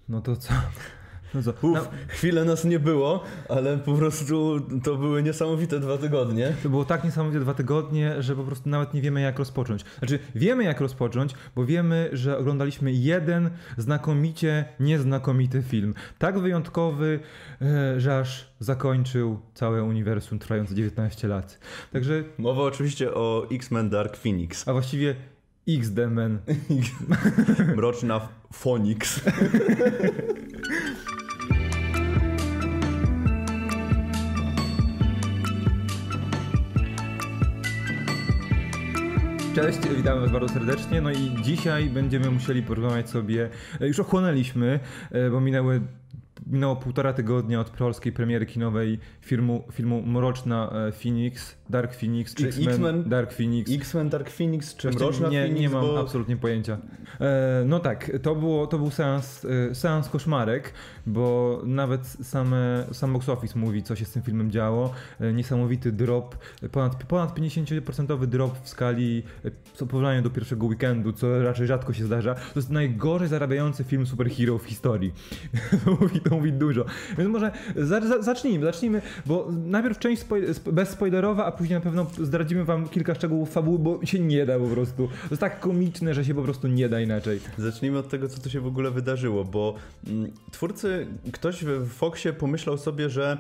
No to co? No co? Chwilę nas nie było, ale po prostu to były niesamowite 2 tygodnie. To było tak niesamowite 2 tygodnie, że po prostu nawet nie wiemy jak rozpocząć. Znaczy wiemy jak rozpocząć, bo wiemy, że oglądaliśmy jeden znakomicie nieznakomity film. Tak wyjątkowy, że aż zakończył całe uniwersum trwające 19 lat. Także... Mowa oczywiście o X-Men Dark Phoenix. A właściwie X-Men. Mroczna Phoenix. Cześć, witamy Was bardzo serdecznie. No i dzisiaj będziemy musieli porozmawiać sobie, już ochłonęliśmy, bo minęło 1,5 tygodnia od polskiej premiery kinowej filmu Mroczna Phoenix, Dark Phoenix, X-Men Dark Phoenix. X-Men Dark Phoenix czy Mroczna Phoenix? Nie mam absolutnie pojęcia. No tak, to był seans koszmarek, bo nawet sam box office mówi, co się z tym filmem działo. Niesamowity drop, ponad 50% drop w skali w porównaniu do pierwszego weekendu, co raczej rzadko się zdarza. To jest najgorzej zarabiający film superhero w historii. To mówi dużo. Więc może zacznijmy, bo najpierw część bezspoilerowa, a później na pewno zdradzimy wam kilka szczegółów fabuły, bo się nie da po prostu. To jest tak komiczne, że się po prostu nie da inaczej. Zacznijmy od tego, co tu się w ogóle wydarzyło, bo twórcy, ktoś w Foxie pomyślał sobie, że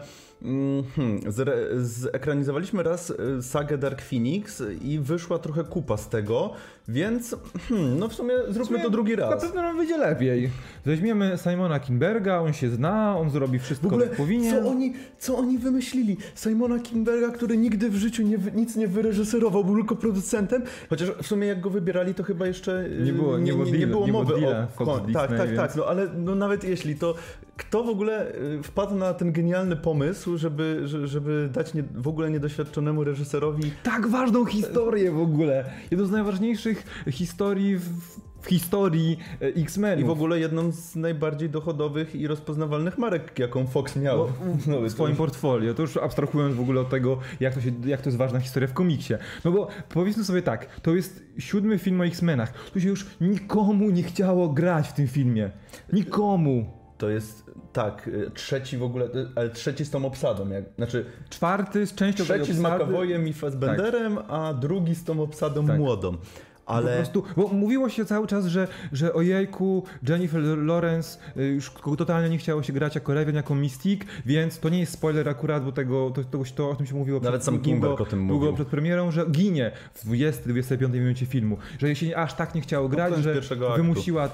zekranizowaliśmy raz sagę Dark Phoenix i wyszła trochę kupa z tego, więc no w sumie zróbmy to drugi raz. Na pewno nam wyjdzie lepiej. Weźmiemy Simona Kinberga, on się zna, on zrobi wszystko jak powinien. Co oni wymyślili? Simona Kinberga, który nigdy w życiu nic nie wyreżyserował, był tylko producentem, chociaż w sumie jak go wybierali, to chyba jeszcze nie było mowy o... Tak, no ale no nawet jeśli, to kto w ogóle wpadł na ten genialny pomysł, żeby dać w ogóle niedoświadczonemu reżyserowi... Tak ważną historię w ogóle! Jedną z najważniejszych historii w historii X-Menów. I w ogóle jedną z najbardziej dochodowych i rozpoznawalnych marek, jaką Fox miał w swoim portfolio. To już abstrahując w ogóle od tego, jak to jest ważna historia w komiksie. No bo powiedzmy sobie tak, to jest 7. film o X-Menach. Tu się już nikomu nie chciało grać w tym filmie. Nikomu. To jest, tak, trzeci w ogóle, ale trzeci z tą obsadą. Znaczy, 4 z częścią trzeci z McAvoyem i Fassbenderem, tak. A drugi z tą obsadą młodą. Ale... Po prostu, bo mówiło się cały czas, że ojejku, Jennifer Lawrence już totalnie nie chciało się grać jako Raven, jako Mystique, więc to nie jest spoiler akurat, bo to o tym się mówiło nawet sam Kinberg o tym mówił. Długo przed premierą, że ginie w 20-25 minucie filmu, że jeśli aż tak nie chciało grać, że wymusiła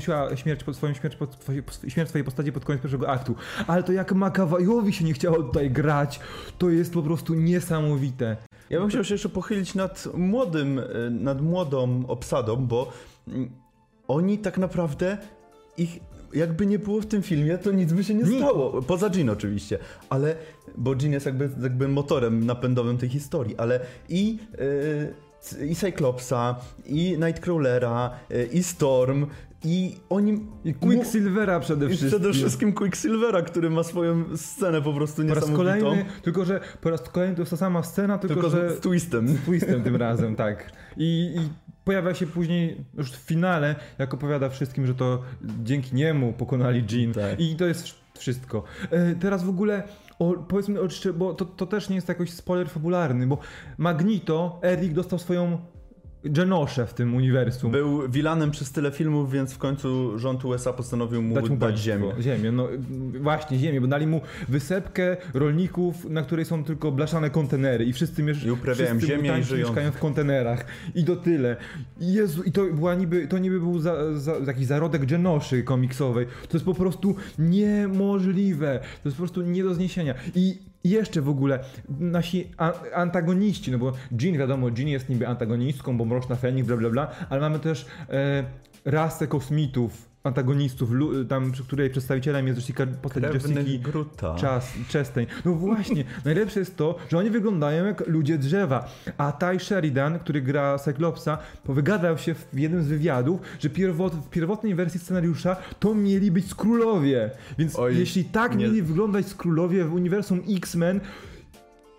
śmierć swojej postaci pod koniec pierwszego aktu. Ale to jak McAvoyowi się nie chciało tutaj grać, to jest po prostu niesamowite. Ja bym chciał się jeszcze pochylić nad młodą obsadą, bo oni tak naprawdę, ich jakby nie było w tym filmie, to nic by się nie stało. Poza Jean oczywiście, ale, bo Jean jest jakby motorem napędowym tej historii, ale i Cyclopsa, i Nightcrawlera, i Storm, i Quicksilvera przede wszystkim Quicksilvera, który ma swoją scenę po prostu niesamowitą. Po raz kolejny, tylko że po raz kolejny to jest ta sama scena, tylko że z twistem. Z twistem tym razem, tak. I pojawia się później już w finale, jak opowiada wszystkim, że to dzięki niemu pokonali Jean. Tak. I to jest wszystko. Teraz w ogóle powiedzmy, bo to też nie jest jakoś spoiler fabularny, bo Magneto, Eric dostał swoją Genoszę w tym uniwersum. Był vilanem przez tyle filmów, więc w końcu rząd USA postanowił mu dać ziemię. No właśnie, ziemię, bo dali mu wysepkę rolników, na której są tylko blaszane kontenery i wszyscy uprawiają ziemię i żyją. Mieszkają w kontenerach. I to tyle. Jezu, i to niby był jakiś zarodek Genoszy komiksowej. To jest po prostu niemożliwe. To jest po prostu nie do zniesienia. I jeszcze w ogóle nasi antagoniści, no bo Jean, wiadomo, Jean jest niby antagonistką, bo Mroczna Feniks, bla bla bla, ale mamy też rasę kosmitów, antagonistów, tam, której przedstawicielem jest zresztą postać Jessica Chastain. No właśnie, najlepsze jest to, że oni wyglądają jak ludzie drzewa, a Ty Sheridan, który gra Cyclopsa, wygadał się w jednym z wywiadów, że w pierwotnej wersji scenariusza to mieli być Skrólowie. Więc jeśli tak mieli wyglądać Skrólowie w uniwersum X-Men,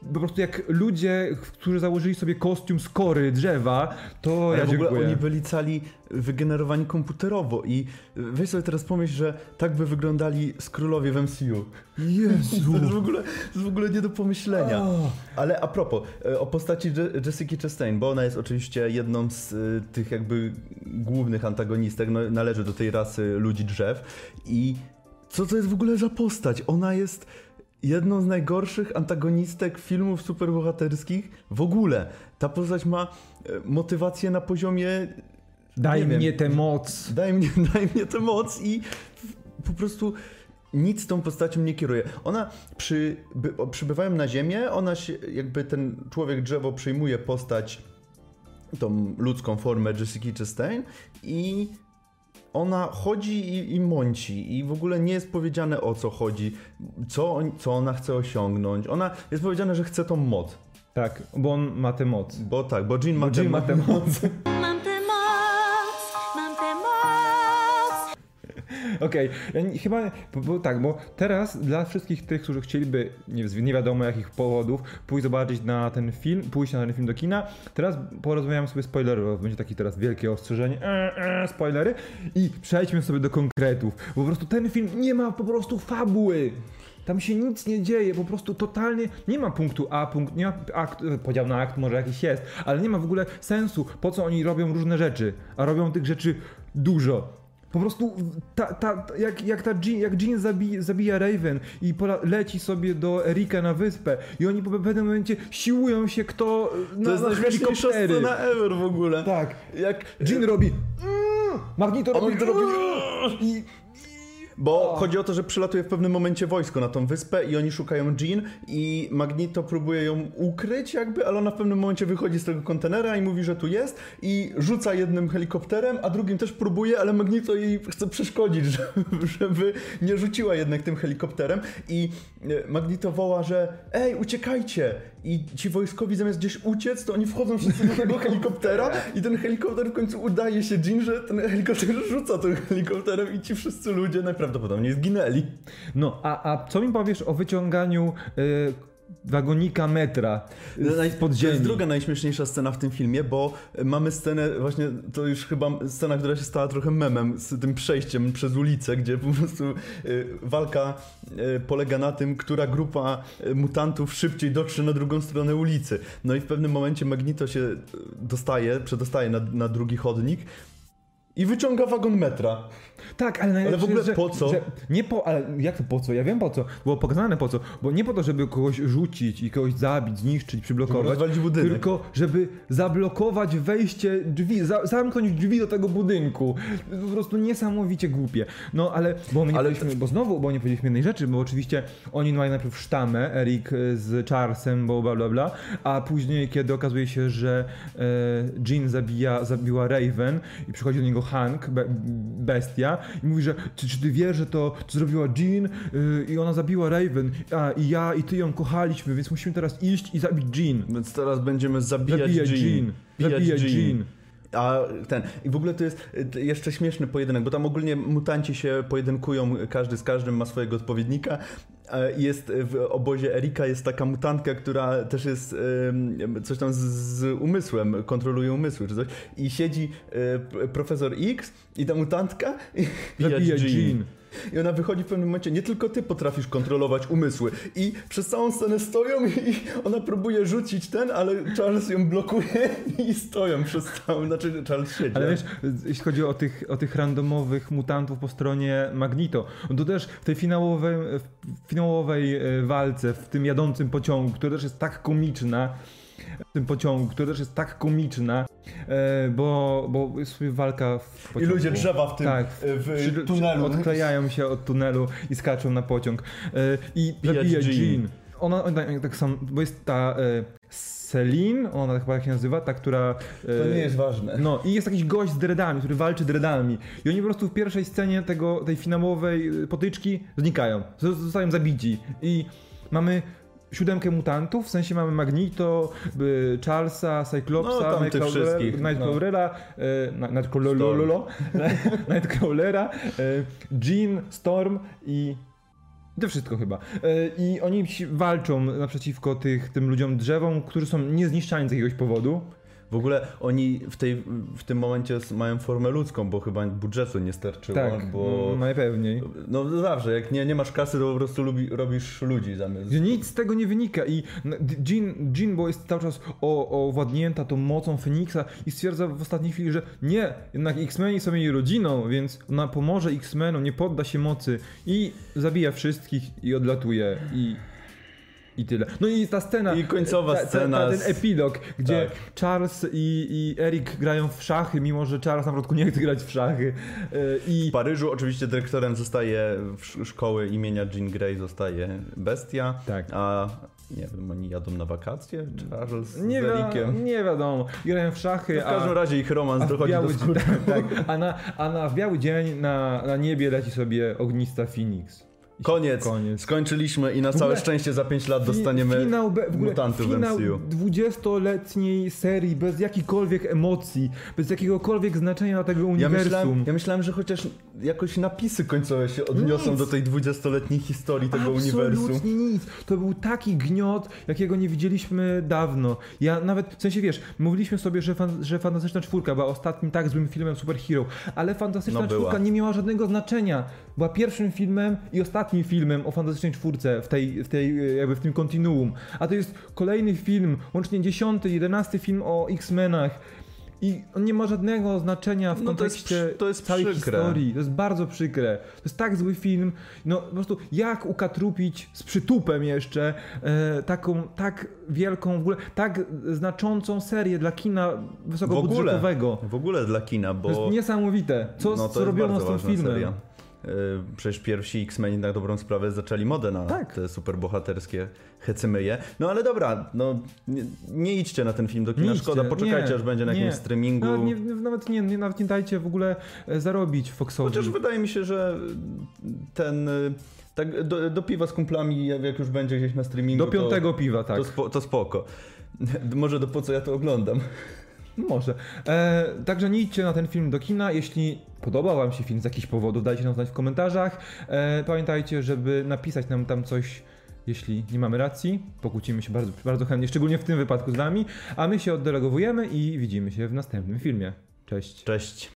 po prostu jak ludzie, którzy założyli sobie kostium z kory drzewa, to ale ja w ogóle dziękuję. oni byli cali wygenerowani komputerowo i weź sobie teraz pomyśl, że tak by wyglądali Skrullowie w MCU. Jezu! To jest w ogóle nie do pomyślenia. Ale a propos, o postaci Jessica Chastain, bo ona jest oczywiście jedną z tych jakby głównych antagonistek, no, należy do tej rasy ludzi drzew i co to jest w ogóle za postać? Ona jest jedną z najgorszych antagonistek filmów superbohaterskich w ogóle. Ta postać ma motywację na poziomie Daj mnie tę moc. Daj mnie tę moc i po prostu nic z tą postacią nie kieruje. Ona przybywają na ziemię, ona się, jakby ten człowiek drzewo przyjmuje postać, tą ludzką formę Jessica Chastain i ona chodzi i mąci i w ogóle nie jest powiedziane, o co chodzi, co ona chce osiągnąć. Ona jest powiedziane, że chce tą moc. Tak, bo on ma tę moc. Bo Jean ma tę moc. Mam tę moc. Okej, chyba, bo teraz dla wszystkich tych, którzy chcieliby, nie wiadomo jakich powodów, pójść na ten film do kina, teraz porozmawiamy sobie spoilerowo, będzie takie teraz wielkie ostrzeżenie, spoilery i przejdźmy sobie do konkretów, bo po prostu ten film nie ma po prostu fabuły. Tam się nic nie dzieje, po prostu totalnie nie ma punktu A, nie ma podział na akt może jakiś jest, ale nie ma w ogóle sensu, po co oni robią różne rzeczy, a robią tych rzeczy dużo. Po prostu jak Jean zabija Raven i leci sobie do Erika na wyspę i oni w pewnym momencie siłują się kto to jest najśmieszniejsza scena ever w ogóle. Tak. Jak Jean robi Magneto robi i bo chodzi o to, że przylatuje w pewnym momencie wojsko na tą wyspę i oni szukają Jean i Magneto próbuje ją ukryć jakby, ale ona w pewnym momencie wychodzi z tego kontenera i mówi, że tu jest i rzuca jednym helikopterem, a drugim też próbuje, ale Magneto jej chce przeszkodzić, żeby nie rzuciła jednak tym helikopterem i Magneto woła, że ej, uciekajcie! I ci wojskowi zamiast gdzieś uciec, to oni wchodzą wszyscy do tego helikoptera i ten helikopter w końcu udaje się Jean, że ten helikopter rzuca tym helikopterem i ci wszyscy ludzie najprawdopodobniej zginęli. No, a co mi powiesz o wyciąganiu wagonika metra z podziemi? To jest druga najśmieszniejsza scena w tym filmie, bo mamy scenę, właśnie to już chyba scena, która się stała trochę memem z tym przejściem przez ulicę, gdzie po prostu walka polega na tym, która grupa mutantów szybciej dotrze na drugą stronę ulicy. No i w pewnym momencie Magneto się przedostaje na drugi chodnik i wyciąga wagon metra. Tak, ale w ogóle po co? Ale jak to po co? Ja wiem po co. Było pokazane po co. Bo nie po to, żeby kogoś rzucić i kogoś zabić, zniszczyć, przyblokować. Tylko żeby zablokować wejście drzwi, zamknąć drzwi do tego budynku. Po prostu niesamowicie głupie. No ale, bo nie powiedzieliśmy jednej rzeczy, bo oczywiście oni mają najpierw sztamę, Eric z Charlesem, bo bla bla bla, a później, kiedy okazuje się, że Jean zabiła Raven i przychodzi do niego Hank, bestia, i mówi, że czy ty wiesz, że to zrobiła Jean i ona zabiła Raven, i ja i ty ją kochaliśmy, więc musimy teraz iść i zabić Jean. Więc teraz będziemy zabijać Jean. I w ogóle to jest jeszcze śmieszny pojedynek, bo tam ogólnie mutanci się pojedynkują, każdy z każdym ma swojego odpowiednika. Jest w obozie Erika jest taka mutantka, która też jest coś tam z umysłem, kontroluje umysły czy coś. I siedzi profesor X i ta mutantka zabija Jean. I ona wychodzi w pewnym momencie, nie tylko ty potrafisz kontrolować umysły. I przez całą scenę stoją i ona próbuje rzucić ale Charles ją blokuje i stoją przez znaczy Charles siedzi. Ale wiesz, jeśli chodzi o tych randomowych mutantów po stronie Magneto, to też w tej finałowej walce, w tym jadącym pociągu, która też jest tak komiczna, bo jest sobie walka w pociągu. I ludzie drzewa w tunelu. Odklejają się od tunelu i skaczą na pociąg. I zabija Jean. Ona tak samo, bo jest ta Celine, ona chyba jak się nazywa, ta, która... To nie jest ważne. No i jest jakiś gość z dreadami, który walczy dreadami. I oni po prostu w pierwszej scenie tej finałowej potyczki znikają. Zostają zabici. I mamy 7 mutantów, w sensie mamy Magneto, Charlesa, Cyclopsa, Nightcrawlera, Jean, Storm i To wszystko chyba. I oni walczą naprzeciwko tym ludziom drzewom, którzy są niezniszczalni z jakiegoś powodu. W ogóle oni w tym momencie mają formę ludzką, bo chyba budżetu nie starczyło. Tak, bo najpewniej. No zawsze, jak nie masz kasy, to po prostu robisz ludzi zamiast... Nic z tego nie wynika i Jean, bo jest cały czas owładnięta tą mocą Feniksa i stwierdza w ostatniej chwili, że nie, jednak X-Meni są jej rodziną, więc ona pomoże X-Menom, nie podda się mocy i zabija wszystkich i odlatuje i tyle. No i ta scena. I końcowa scena. Ten epilog, gdzie Charles i Eric grają w szachy, mimo że Charles na początku nie chce grać w szachy. W Paryżu oczywiście dyrektorem zostaje szkoły imienia Jean Grey zostaje Bestia. Tak. A nie wiem, oni jadą na wakacje? Charles z Ericiem? Nie wiadomo. Grają w szachy. W każdym razie ich romans dochodzi do skutku. Tak, a w biały dzień na niebie leci sobie ognista Phoenix. Koniec. Skończyliśmy i na całe szczęście za 5 lat dostaniemy mutantów w MCU. 20-letniej serii bez jakichkolwiek emocji, bez jakiegokolwiek znaczenia dla tego uniwersum. Ja myślałem, że chociaż jakoś napisy końcowe się odniosą do tej 20-letniej historii tego uniwersum. Absolutnie nic. To był taki gniot, jakiego nie widzieliśmy dawno. Ja nawet, w sensie wiesz, mówiliśmy sobie, że Fantastyczna Czwórka była ostatnim tak złym filmem superhero, ale Fantastyczna Czwórka nie miała żadnego znaczenia. Była pierwszym filmem i ostatnim filmem o Fantastycznej Czwórce w tym kontinuum. A to jest kolejny film, łącznie 10., 11 film o X-Menach. I on nie ma żadnego znaczenia w kontekście całej historii. To jest bardzo przykre. To jest tak zły film. No po prostu jak ukatrupić z przytupem jeszcze taką tak wielką, w ogóle tak znaczącą serię dla kina wysokobudżetowego. W ogóle dla kina, bo... To jest niesamowite. Co robiono z tym filmem? Seria. Przecież pierwsi X-Meni na dobrą sprawę zaczęli modę na te superbohaterskie hecymyje. No ale dobra, nie idźcie na ten film do kina, szkoda, poczekajcie aż będzie na jakimś streamingu. Nawet nie dajcie w ogóle zarobić Foxowi. Chociaż wydaje mi się, że ten... Tak, do piwa z kumplami, jak już będzie gdzieś na streamingu. Do 5. piwa, tak. To spoko. Może po co ja to oglądam. Może. Także nie idźcie na ten film do kina. Jeśli podobał wam się film z jakichś powodów, dajcie nam znać w komentarzach. Pamiętajcie, żeby napisać nam tam coś, jeśli nie mamy racji. Pokłócimy się bardzo, bardzo chętnie, szczególnie w tym wypadku z nami. A my się oddelegowujemy i widzimy się w następnym filmie. Cześć. Cześć.